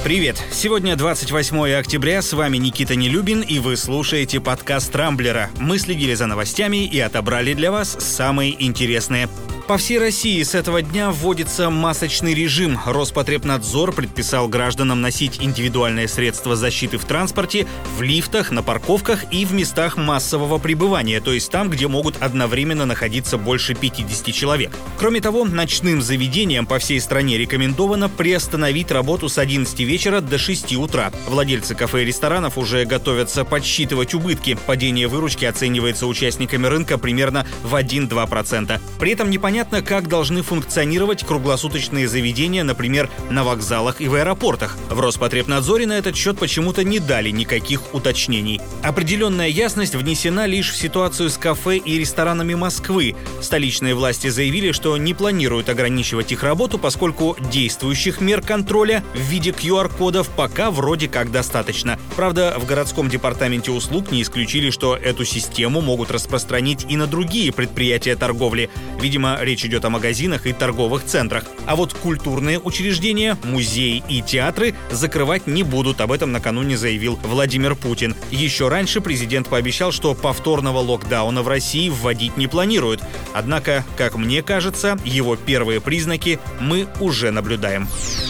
Привет! Сегодня 28 октября, с вами Никита Нелюбин, и вы слушаете подкаст «Рамблера». Мы следили за новостями и отобрали для вас самые интересные. По всей России с этого дня вводится масочный режим. Роспотребнадзор предписал гражданам носить индивидуальные средства защиты в транспорте, в лифтах, на парковках и в местах массового пребывания, то есть там, где могут одновременно находиться больше 50 человек. Кроме того, ночным заведениям по всей стране рекомендовано приостановить работу с 11 вечера до 6 утра. Владельцы кафе и ресторанов уже готовятся подсчитывать убытки. Падение выручки оценивается участниками рынка примерно в 1-2%. При этом непонятно, как должны функционировать круглосуточные заведения, например, на вокзалах и в аэропортах. В Роспотребнадзоре на этот счет почему-то не дали никаких уточнений. Определенная ясность внесена лишь в ситуацию с кафе и ресторанами Москвы. Столичные власти заявили, что не планируют ограничивать их работу, поскольку действующих мер контроля в виде QR-кодов пока вроде как достаточно. Правда, в городском департаменте услуг не исключили, что эту систему могут распространить и на другие предприятия торговли. Видимо, речь идет о магазинах и торговых центрах. А вот культурные учреждения, музеи и театры закрывать не будут. Об этом накануне заявил Владимир Путин. Еще раньше президент пообещал, что повторного локдауна в России вводить не планируют. Однако, как мне кажется, его первые признаки мы уже наблюдаем.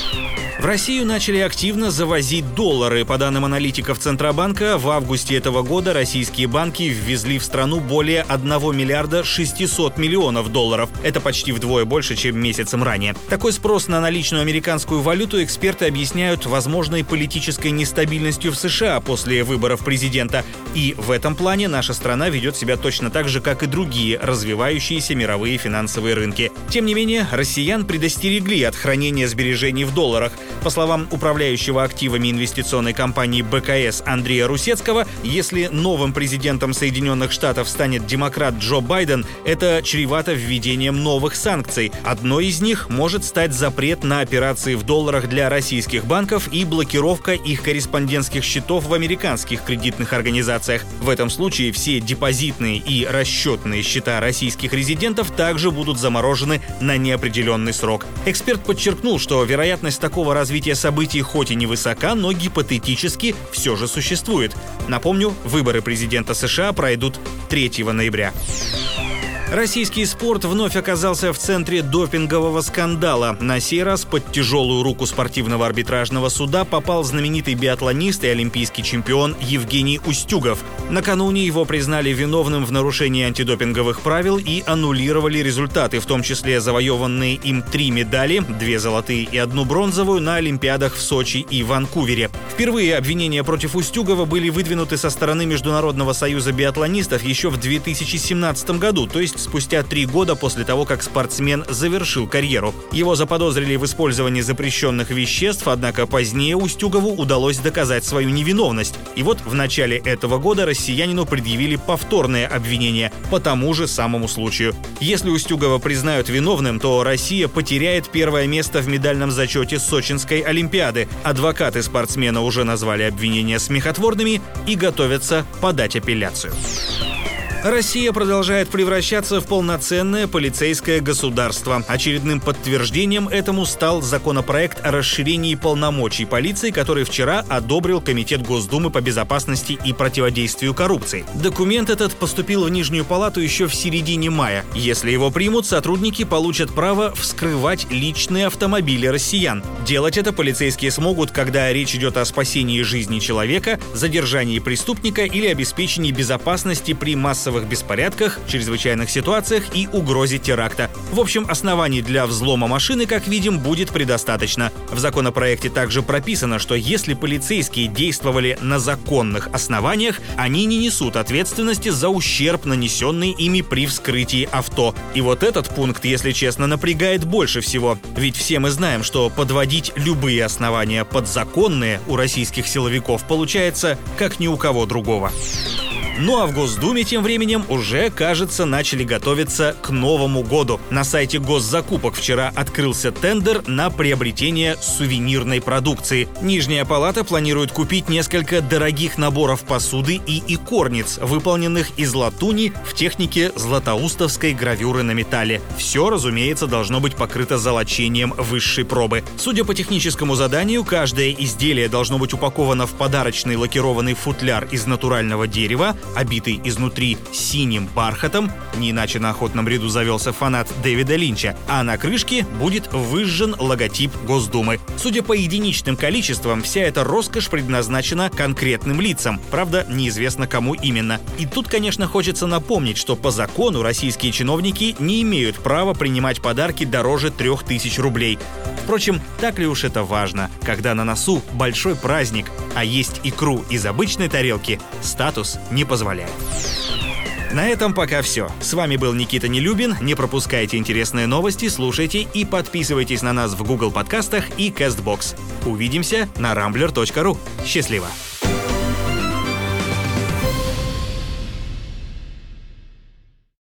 В Россию начали активно завозить доллары. По данным аналитиков Центробанка, в августе этого года российские банки ввезли в страну более 1 миллиарда 600 миллионов долларов. Это почти вдвое больше, чем месяцем ранее. Такой спрос на наличную американскую валюту эксперты объясняют возможной политической нестабильностью в США после выборов президента. И в этом плане наша страна ведет себя точно так же, как и другие развивающиеся мировые финансовые рынки. Тем не менее, россиян предостерегли от хранения сбережений в долларах. По словам управляющего активами инвестиционной компании БКС Андрея Русецкого, если новым президентом Соединенных Штатов станет демократ Джо Байден, это чревато введением новых санкций. Одной из них может стать запрет на операции в долларах для российских банков и блокировка их корреспондентских счетов в американских кредитных организациях. В этом случае все депозитные и расчетные счета российских резидентов также будут заморожены на неопределенный срок. Эксперт подчеркнул, что вероятность такого развитие событий хоть и невысока, но гипотетически все же существует. Напомню, выборы президента США пройдут 3 ноября. Российский спорт вновь оказался в центре допингового скандала. На сей раз под тяжелую руку спортивного арбитражного суда попал знаменитый биатлонист и олимпийский чемпион Евгений Устюгов. Накануне его признали виновным в нарушении антидопинговых правил и аннулировали результаты, в том числе завоеванные им 3 медали, 2 золотые и 1 бронзовую на Олимпиадах в Сочи и Ванкувере. Впервые обвинения против Устюгова были выдвинуты со стороны Международного союза биатлонистов еще в 2017 году, то есть спустя 3 года после того, как спортсмен завершил карьеру. Его заподозрили в использовании запрещенных веществ, однако позднее Устюгову удалось доказать свою невиновность. И вот в начале этого года россиянину предъявили повторное обвинение по тому же самому случаю. Если Устюгова признают виновным, то Россия потеряет первое место в медальном зачете Сочинской Олимпиады. Адвокаты спортсмена уже назвали обвинения смехотворными и готовятся подать апелляцию. Россия продолжает превращаться в полноценное полицейское государство. Очередным подтверждением этому стал законопроект о расширении полномочий полиции, который вчера одобрил Комитет Госдумы по безопасности и противодействию коррупции. Документ этот поступил в Нижнюю палату еще в середине мая. Если его примут, сотрудники получат право вскрывать личные автомобили россиян. Делать это полицейские смогут, когда речь идет о спасении жизни человека, задержании преступника или обеспечении безопасности при массовых беспорядках, чрезвычайных ситуациях и угрозе теракта. В общем, оснований для взлома машины, как видим, будет предостаточно. В законопроекте также прописано, что если полицейские действовали на законных основаниях, они не несут ответственности за ущерб, нанесенный ими при вскрытии авто. И вот этот пункт, если честно, напрягает больше всего. Ведь все мы знаем, что подводить любые основания под законные у российских силовиков получается как ни у кого другого. Ну а в Госдуме тем временем уже, кажется, начали готовиться к Новому году. На сайте госзакупок вчера открылся тендер на приобретение сувенирной продукции. Нижняя палата планирует купить несколько дорогих наборов посуды и икорниц, выполненных из латуни в технике златоустовской гравюры на металле. Все, разумеется, должно быть покрыто золочением высшей пробы. Судя по техническому заданию, каждое изделие должно быть упаковано в подарочный лакированный футляр из натурального дерева, обитый изнутри синим бархатом, не иначе на охотном ряду завелся фанат Дэвида Линча, а на крышке будет выжжен логотип Госдумы. Судя по единичным количествам, вся эта роскошь предназначена конкретным лицам, правда, неизвестно кому именно. И тут, конечно, хочется напомнить, что по закону российские чиновники не имеют права принимать подарки дороже 3000 рублей. Впрочем, так ли уж это важно, когда на носу большой праздник, а есть икру из обычной тарелки статус не позволяет. На этом пока все. С вами был Никита Нелюбин. Не пропускайте интересные новости, слушайте и подписывайтесь на нас в Google подкастах и CastBox. Увидимся на rambler.ru. Счастливо!